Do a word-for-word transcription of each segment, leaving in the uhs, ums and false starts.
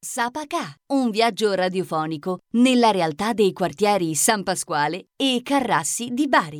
Sapacà, un viaggio radiofonico nella realtà dei quartieri San Pasquale e Carrassi di Bari.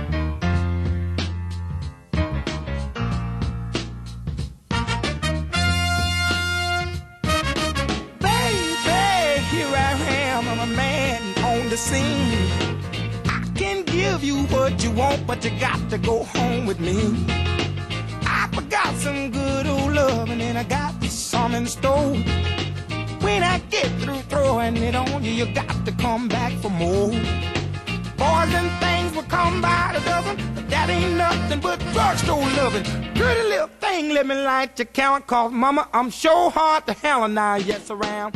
Baby, here I am, I'm a man on the scene. I can give you what you want, but you got to go home with me. I forgot some good old love, and then I got some in store. When I get through throwing it on you, you got to come back for more. Boys and things will come by the dozen, but that ain't nothing but drugstore loving. Pretty little thing, let me light your count, cause mama, I'm sure hard to hell now, yes around.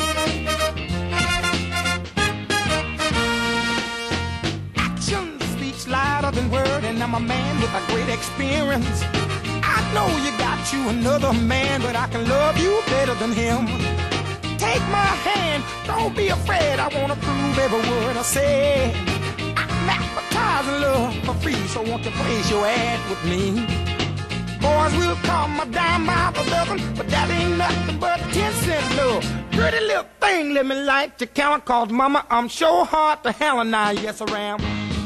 Action speaks louder than word, and I'm a man with a great experience. I know you got you another man, but I can love you better than him. Take my hand, don't be afraid, I wanna prove every word I say. I'm advertising love for free, so won't you place your ad with me? Boys will come a dime by the dozen, but that ain't nothing but ten cent love. Pretty little thing, let me light your count, cause mama, I'm sure hard to hell and now, yes I am.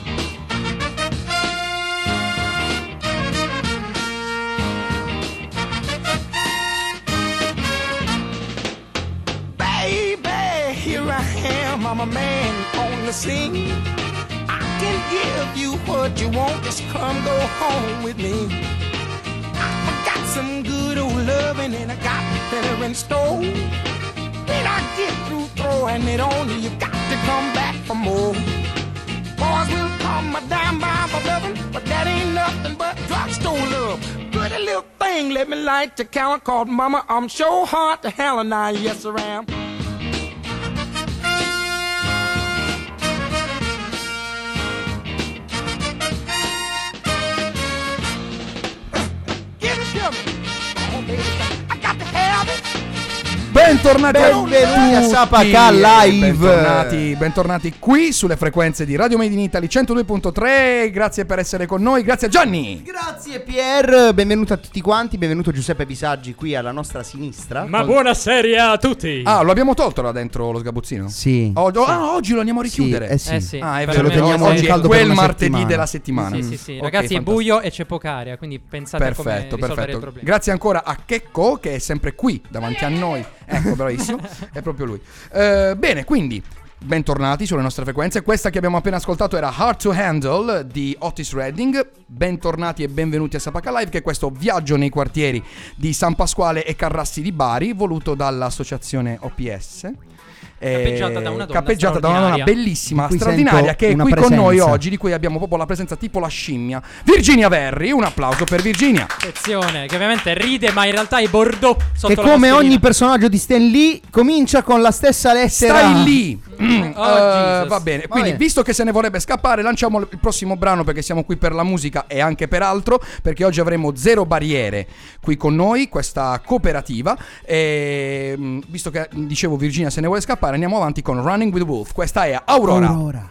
Here I am, I'm a man on the scene. I can give you what you want, just come go home with me. I got some good old loving and I got better in store. When I get through throwing it on you, you got to come back for more. Boys will come a dime by for loving, but that ain't nothing but drugstore love. Pretty little thing, let me light your count, called mama, I'm sure hard to hell and I, yes I am. Bentornati, benvenuti a Sapacà Live. Bentornati, bentornati qui sulle frequenze di Radio Made in Italy centodue virgola tre. Grazie per essere con noi, grazie a Gianni. Grazie Pier, benvenuto a tutti quanti, benvenuto Giuseppe Bisaggi qui alla nostra sinistra. Ma buonasera a tutti. Ah, lo abbiamo tolto là dentro lo sgabuzzino? Sì. O- o- ah, oggi lo andiamo a richiudere. Sì, eh sì. Eh sì. Ah, è Per vero, lo teniamo oggi in caldo è per quel una martedì settimana. della settimana. Sì, sì, sì. Ok, Ragazzi, è fantastico. buio e c'è poca aria, quindi pensate Perfetto, come risolvere perfetto. il problema. Grazie ancora a Checco che è sempre qui davanti a noi. Ecco, bravissimo, è proprio lui. Eh, bene, quindi bentornati sulle nostre frequenze. Questa che abbiamo appena ascoltato era Hard to Handle di Otis Redding. Bentornati e benvenuti a Sapacà Live, che è questo viaggio nei quartieri di San Pasquale e Carrassi di Bari, voluto dall'associazione O P S. Cappeggiata da una donna cappeggiata da una donna bellissima, Di cui straordinaria, sento che è una qui con presenza. noi oggi, di cui abbiamo proprio la presenza tipo la scimmia, Virginia Verri. Un applauso per Virginia. Attenzione, che ovviamente ride, ma in realtà è Bordeaux sotto Che la come mascherina. ogni personaggio di Stan Lee comincia con la stessa lettera. Stai lì. Mm, Oh, eh, Jesus. va bene, quindi bene. visto che se ne vorrebbe scappare, lanciamo il prossimo brano, perché siamo qui per la musica e anche per altro, perché oggi avremo Zero Barriere qui con noi, questa cooperativa. E mm, visto che dicevo Virginia se ne vuole scappare, andiamo avanti con Running with the Wolf. Questa è Aurora. Aurora.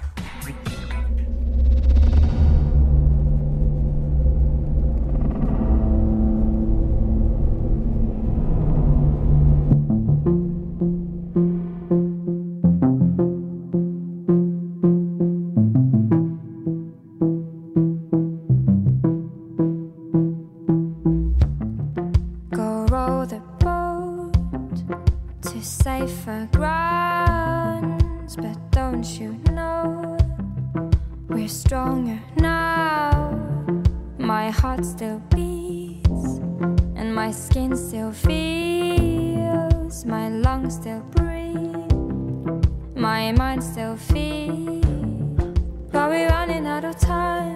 Go row the boat to safer grounds, but don't you know we're stronger now? My heart still beats and my skin still feels, my lungs still breathe, my mind still feels, but we're running out of time.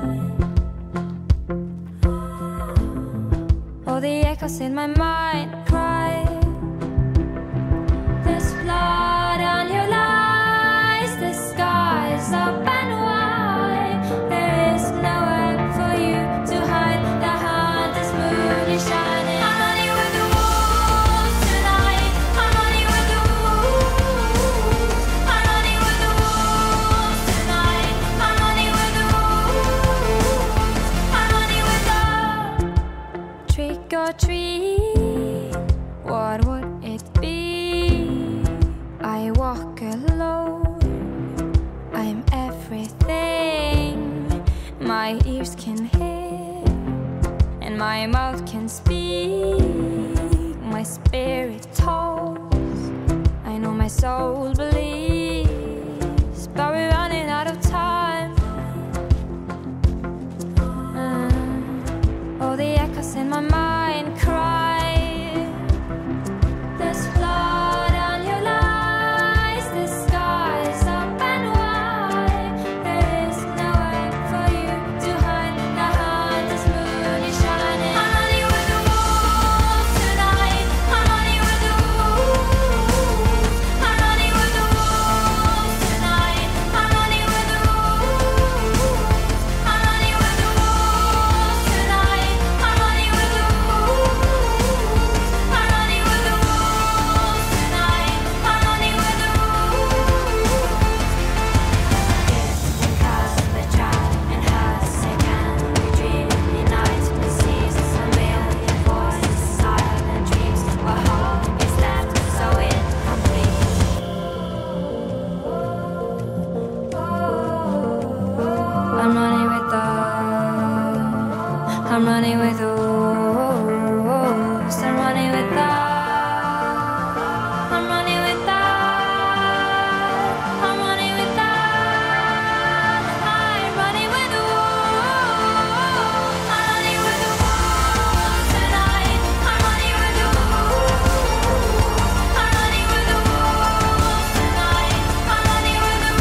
All the echoes in my mind cry, there's blood on your lies, the sky's up and wide, there is nowhere for you to hide, the hardest moon is shining. I'm running with the wolves tonight, I'm running with the wolves, I'm running with the wolves tonight, I'm running with the wolves, I'm running with the trick or treat, my ears can hear and my mouth can speak. My spirit tolls, I know my soul believes, but we're running out of time. uh, Oh, the echoes in my mind cry, there's blood on your lies, the sky is up and wide. There is nowhere for you to hide, the hardest moon is shining. I'm running with the wolves tonight, I'm running with the wolves, I'm running with the wolves tonight, I'm running with the wolves, I'm running with the wolves tonight, I'm running with the wolves, I'm running with the wolves tonight, I'm running with the wolves. It's because we try and hide again. We dream in night, we seize a million voices, silent dreams. What hope is left so incomplete? I'm running with the, I'm running with the wolves. I'm running with the, I'm running with the, I'm running with the, I'm running with the wolves. I'm running with the wolves tonight. I'm running with the wolves. I'm running with the wolves tonight. I'm running with the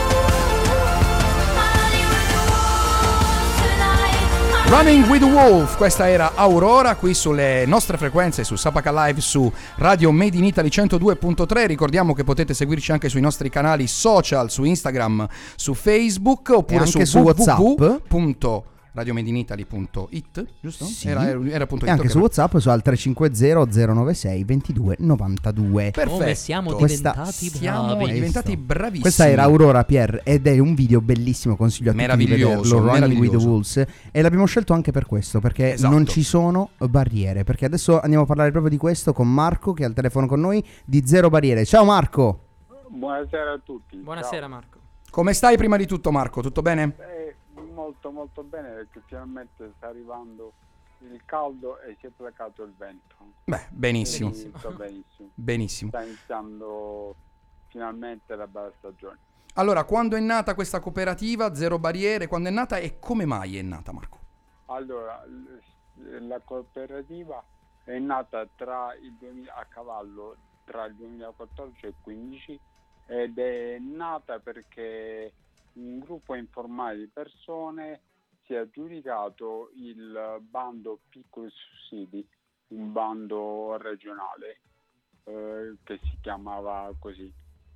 wolves. I'm running with the wolves tonight. I'm Running with the Wolf, questa era Aurora qui sulle nostre frequenze su Sapaka Live su Radio Made in Italy centodue virgola tre. Ricordiamo che potete seguirci anche sui nostri canali social, su Instagram, su Facebook oppure E anche su su WhatsApp. www punto radiomedinitaly punto it, giusto? Sì. Era, era punto E it, anche ok. su WhatsApp su al tre cinque zero zero nove sei due due nove due. Perfetto. Come siamo Questa- diventati Siamo bravi. diventati bravissimi. Questa era Aurora Pier ed è un video bellissimo, consiglio a tutti di Meraviglioso, vederlo, Running with the meraviglioso. Wolves, e l'abbiamo scelto anche per questo, perché Esatto. non ci sono barriere, perché adesso andiamo a parlare proprio di questo con Marco che è al telefono con noi di Zero Barriere. Ciao Marco. Buonasera a tutti. Buonasera Marco. Come stai prima di tutto, Marco? Tutto bene? Ciao. Eh, molto molto bene, perché finalmente sta arrivando il caldo e si è placato il vento. Beh, benissimo. Quindi sto benissimo. Benissimo. Sta iniziando finalmente la bella stagione. Allora, quando è nata questa cooperativa Zero Barriere? Quando è nata e come mai è nata, Marco? Allora, l- la cooperativa è nata tra il duemila, a cavallo tra il duemilaquattordici e il quindici, ed è nata perché un gruppo informale di persone si è aggiudicato il bando piccoli sussidi, un bando regionale eh, che si chiamava così,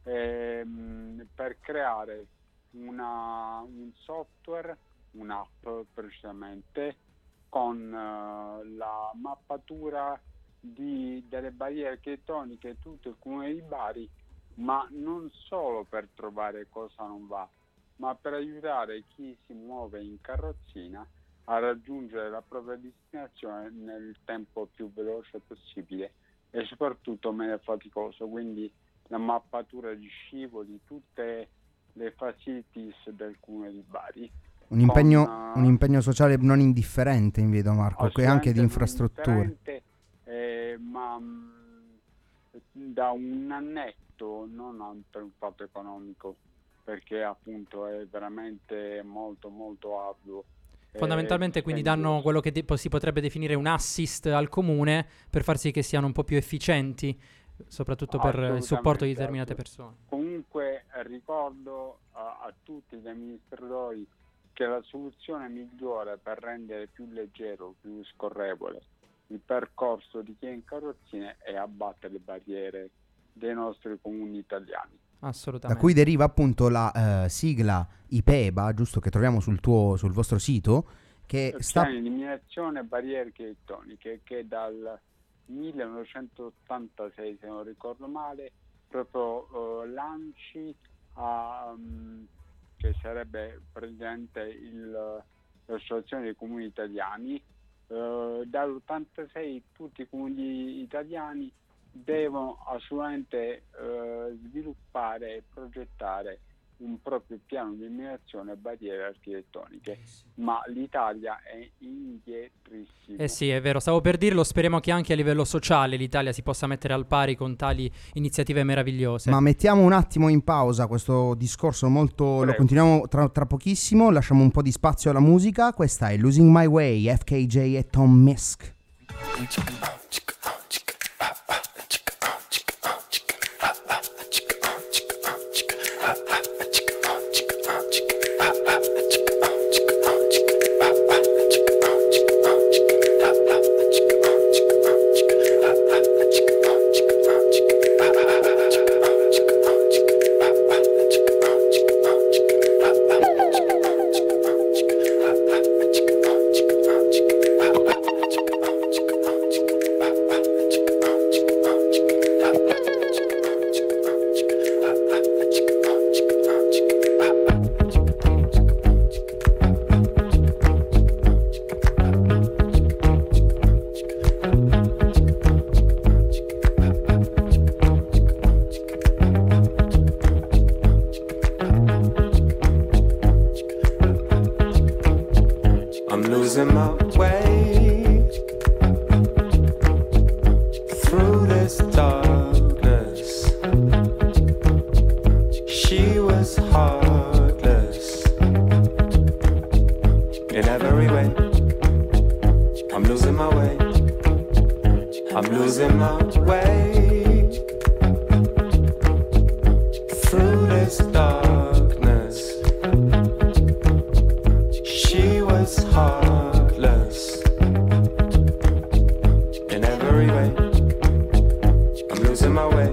ehm, per creare una, un software, un'app precisamente, con eh, la mappatura di, delle barriere architettoniche tutto il comune di Bari, ma non solo per trovare cosa non va, ma per aiutare chi si muove in carrozzina a raggiungere la propria destinazione nel tempo più veloce possibile e soprattutto meno faticoso. Quindi la mappatura di scivoli, tutte le facilities del comune di Bari. Un impegno, Con, uh, un impegno sociale non indifferente, in vedo Marco, e anche di assolutamente infrastrutture. non differente, eh, ma mh, da un annetto, non per un fatto economico, perché appunto è veramente molto molto arduo. Fondamentalmente Eh, quindi danno quello che de- si potrebbe definire un assist al comune per far sì che siano un po' più efficienti, soprattutto per il supporto di Assolutamente, determinate assolutamente. persone. Comunque eh, ricordo a, a tutti gli amministratori che la soluzione migliore per rendere più leggero, più scorrevole il percorso di chi è in carrozzine è abbattere le barriere dei nostri comuni italiani. Da Assolutamente. cui deriva appunto la eh, sigla I P E B A, giusto, che troviamo sul tuo sul vostro sito, che sta Piano di eliminazione barriere architettoniche, che dal millenovecentottantasei, se non ricordo male, proprio eh, lanci a, um, che sarebbe praticamente il, l'associazione dei comuni italiani. Eh, dall'ottantasei tutti i comuni italiani devono assolutamente eh, sviluppare e progettare un proprio piano di eliminazione e barriere architettoniche, ma l'Italia è indietrissima. Eh sì, è vero, stavo per dirlo, speriamo che anche a livello sociale l'Italia si possa mettere al pari con tali iniziative meravigliose. Ma mettiamo un attimo in pausa questo discorso molto... Lo Prego. continuiamo tra, tra pochissimo, lasciamo un po' di spazio alla musica. Questa è Losing My Way, F K J e Tom Misk. I'm losing my way through this darkness. She was heartless in every way. I'm losing my way. I'm losing my way through this darkness. She was heartless in every way. I'm losing my way.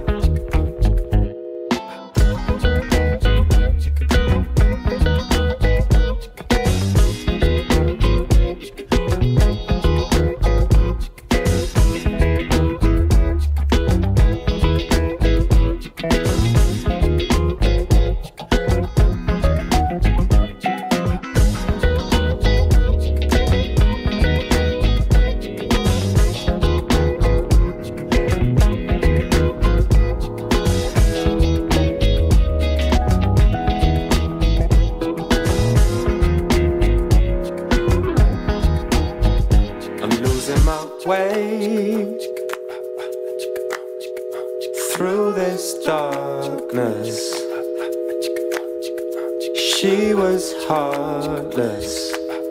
I'm losing my way through this darkness. She was heartless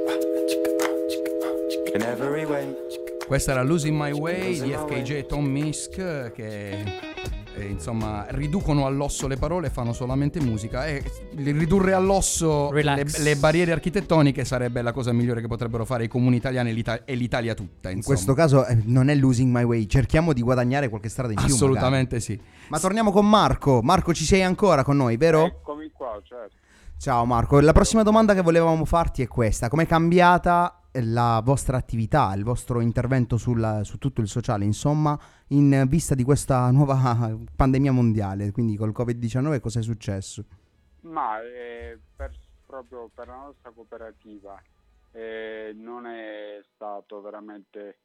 in every way. Questa era Losing My Way di F K J e Tom Misk, che eh, insomma riducono all'osso le parole e fanno solamente musica, e ridurre all'osso le, Relax. le barriere architettoniche sarebbe la cosa migliore che potrebbero fare i comuni italiani e l'Ita- e l'Italia tutta, In insomma. questo caso eh, non è Losing My Way, cerchiamo di guadagnare qualche strada in più. Assolutamente sì. magari. Ma torniamo con Marco. Marco, ci sei ancora con noi, vero? Eccomi qua, certo. Ciao Marco, la prossima domanda che volevamo farti è questa: com'è cambiata la vostra attività, il vostro intervento sul, su tutto il sociale, insomma, in vista di questa nuova pandemia mondiale, quindi col covid diciannove cosa è successo? Ma eh, per, proprio per la nostra cooperativa eh, non è stato veramente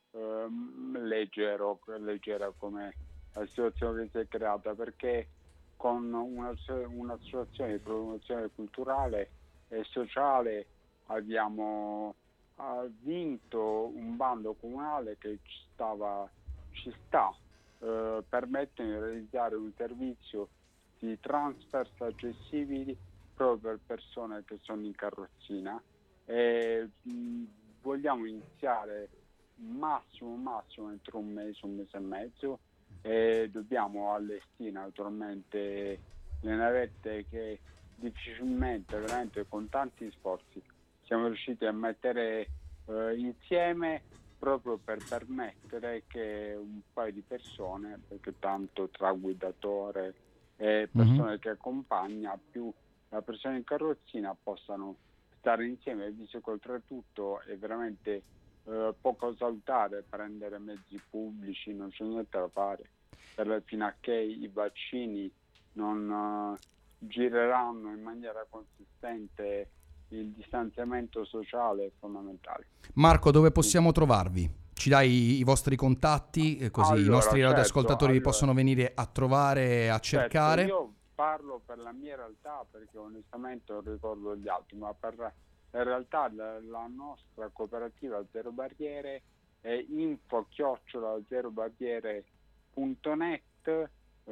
ehm, leggero, leggera come la situazione che si è creata, perché con una, un'associazione di promozione culturale e sociale abbiamo ha vinto un bando comunale che ci stava ci sta eh, permettendo di realizzare un servizio di transfer accessibili proprio per persone che sono in carrozzina, e mh, vogliamo iniziare massimo massimo entro un mese, un mese e mezzo, e dobbiamo allestire naturalmente le navette che difficilmente, veramente con tanti sforzi, siamo riusciti a mettere eh, insieme, proprio per permettere che un paio di persone, perché tanto tra guidatore e persone Mhm. che accompagna più la persona in carrozzina, possano stare insieme, visto che oltretutto è veramente eh, poco salutare prendere mezzi pubblici, non c'è niente da fare, per, fino a che i vaccini non eh, gireranno in maniera consistente. Il distanziamento sociale è fondamentale. Marco, dove possiamo trovarvi? Ci dai i vostri contatti, eh, così i Allora, nostri certo, radioascoltatori vi allora. possono venire a trovare, a cercare. Certo, io parlo per la mia realtà perché onestamente non ricordo gli altri, ma per la realtà la, la nostra cooperativa Zero Barriere è info chiocciola zero barriere punto net eh,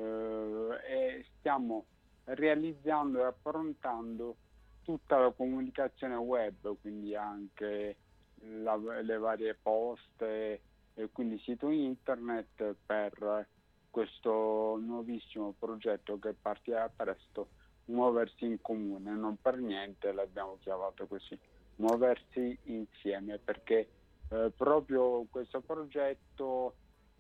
e stiamo realizzando e approntando tutta la comunicazione web, quindi anche la, le varie poste e quindi sito internet per questo nuovissimo progetto che partirà presto, Muoversi in Comune. Non per niente l'abbiamo chiamato così, Muoversi Insieme, perché eh, proprio questo progetto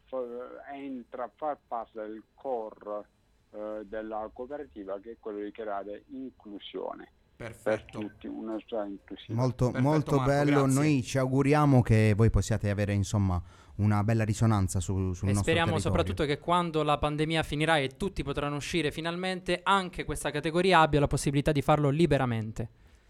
f- entra a far parte del core eh, della cooperativa, che è quello di creare inclusione. Perfetto. Per tutti, una società inclusiva. Molto, Perfetto, molto Marco, bello. grazie. Noi ci auguriamo che voi possiate avere insomma una bella risonanza su, sul E nostro speriamo territorio. soprattutto che quando la pandemia finirà e tutti potranno uscire finalmente, anche questa categoria abbia la possibilità di farlo liberamente.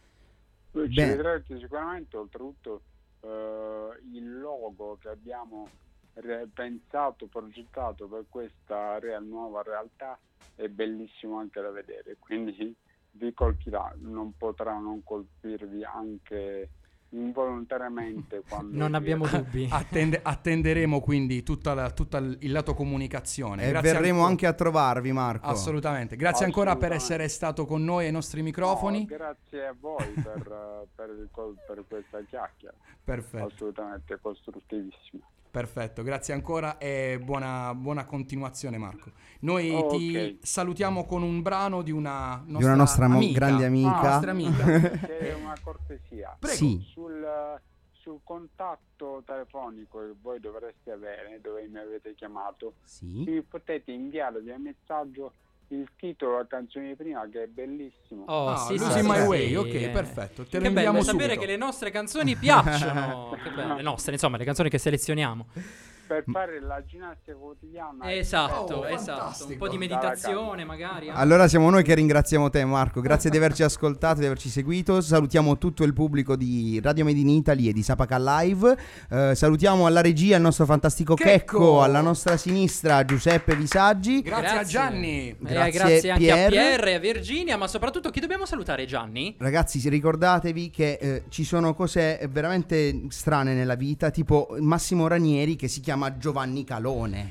Ci Bene. vedrete sicuramente, oltretutto eh, il logo che abbiamo re- pensato, progettato per questa real- nuova realtà è bellissimo anche da vedere, quindi vi colpirà, non potrà non colpirvi anche involontariamente quando Non vi- abbiamo dubbi. Attende- attenderemo quindi tutta la- tutta il il lato comunicazione. E Grazie verremo ancora- anche a trovarvi, Marco. Assolutamente. Grazie ancora per Assolutamente. essere stato con noi ai nostri microfoni. No, grazie a voi per, eh, per, il co- per questa chiacchiera, Perfetto. assolutamente costruttivissima. Perfetto, grazie ancora e buona, buona continuazione Marco. Noi Oh, ti ok. salutiamo con un brano di una nostra, Di una nostra mo- amica, grande amica. Ah, nostra amica. C'è una cortesia. Prego. Sì. Sul, sul contatto telefonico che voi dovreste avere, dove mi avete chiamato, Sì. mi potete inviare via messaggio il titolo della canzone di prima, che è bellissimo. Oh, Ah, sì, sì, Losing sì, My sì. Way, ok, Eh. perfetto. Te lo Che bello inviamo sapere subito. che le nostre canzoni piacciono. Che bello, le nostre, insomma, le canzoni che selezioniamo. Per fare la ginnastica quotidiana. Esatto, Oh, esatto. Un fantastico. po' di meditazione, magari. anche. Allora siamo noi che ringraziamo te, Marco. Grazie di averci ascoltato, di averci seguito. Salutiamo tutto il pubblico di Radio Made in Italy e di Sapaca Live. Eh, salutiamo alla regia il nostro fantastico Checco. Checco, alla nostra sinistra Giuseppe Visaggi. Grazie, a Gianni. Eh, Grazie, grazie anche a Pier. Pierre e a Virginia, ma soprattutto chi dobbiamo salutare, Gianni? Ragazzi, sì, ricordatevi che eh, ci sono cose veramente strane nella vita, tipo Massimo Ranieri che si chiama Giovanni Calone.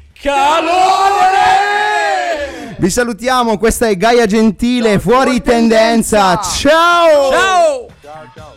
Calore! Vi salutiamo, questa è Gaia Gentile, Ciao, fuori fuori tendenza. tendenza. Ciao! Ciao! Ciao ciao.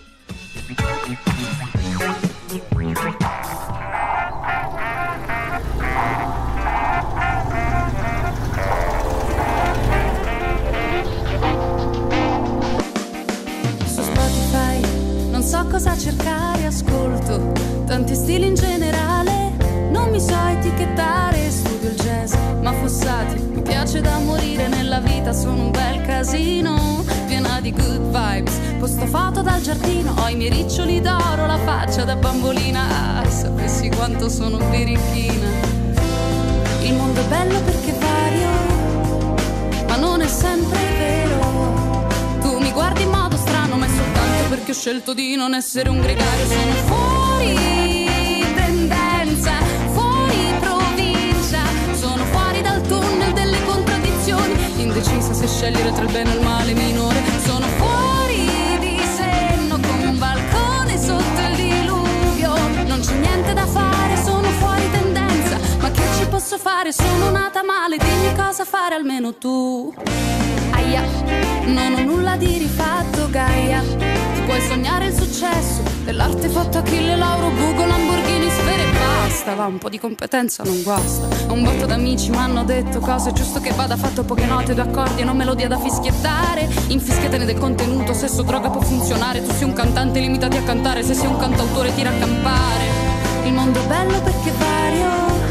Su Spotify non so cosa cercare, ascolto tanti stili in generale, non mi so etichettare, studio il jazz, ma fossati, mi piace da morire, nella vita sono un bel casino, piena di good vibes, posto foto dal giardino, ho i miei riccioli d'oro, la faccia da bambolina, ah, sapessi quanto sono birichina. Il mondo è bello perché vario, ma non è sempre vero, tu mi guardi in modo strano, ma è soltanto perché ho scelto di non essere un gregario, sono fuori tendenza, fuori provincia, sono fuori dal tunnel delle contraddizioni, indecisa se scegliere tra il bene e il male minore, sono fuori di senno come un balcone sotto il diluvio, non c'è niente da fare, sono fuori tendenza, ma che ci posso fare, sono nata male, dimmi cosa fare almeno tu. Aia, non ho nulla di rifatto, Gaia, puoi sognare il successo dell'arte fatta Achille, Lauro, Bugo, Lamborghini, sfere e basta, va, un po' di competenza non guasta, un botto d'amici mi hanno detto cose, è giusto che vada fatto poche note, due accordi e non melodia da fischiettare, infischiatene del contenuto, sesso, droga può funzionare, tu sei un cantante limitati a cantare, se sei un cantautore tira a campare, il mondo è bello perché vario,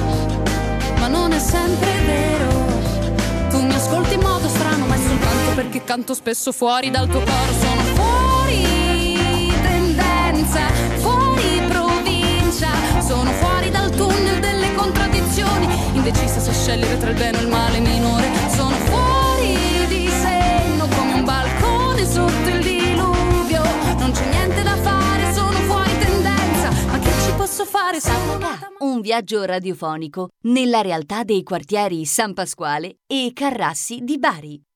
ma non è sempre vero, tu mi ascolti in modo strano, ma è soltanto perché canto spesso fuori dal tuo coro, sono fuori tendenza, fuori provincia, sono fuori dal tunnel delle contraddizioni, indecisa se scegliere tra il bene e il male minore, sono fuori di senno come un balcone sotto il diluvio, non c'è niente da fare, sono fuori tendenza, ma che ci posso fare, sono nata male. Un viaggio radiofonico nella realtà dei quartieri San Pasquale e Carrassi di Bari.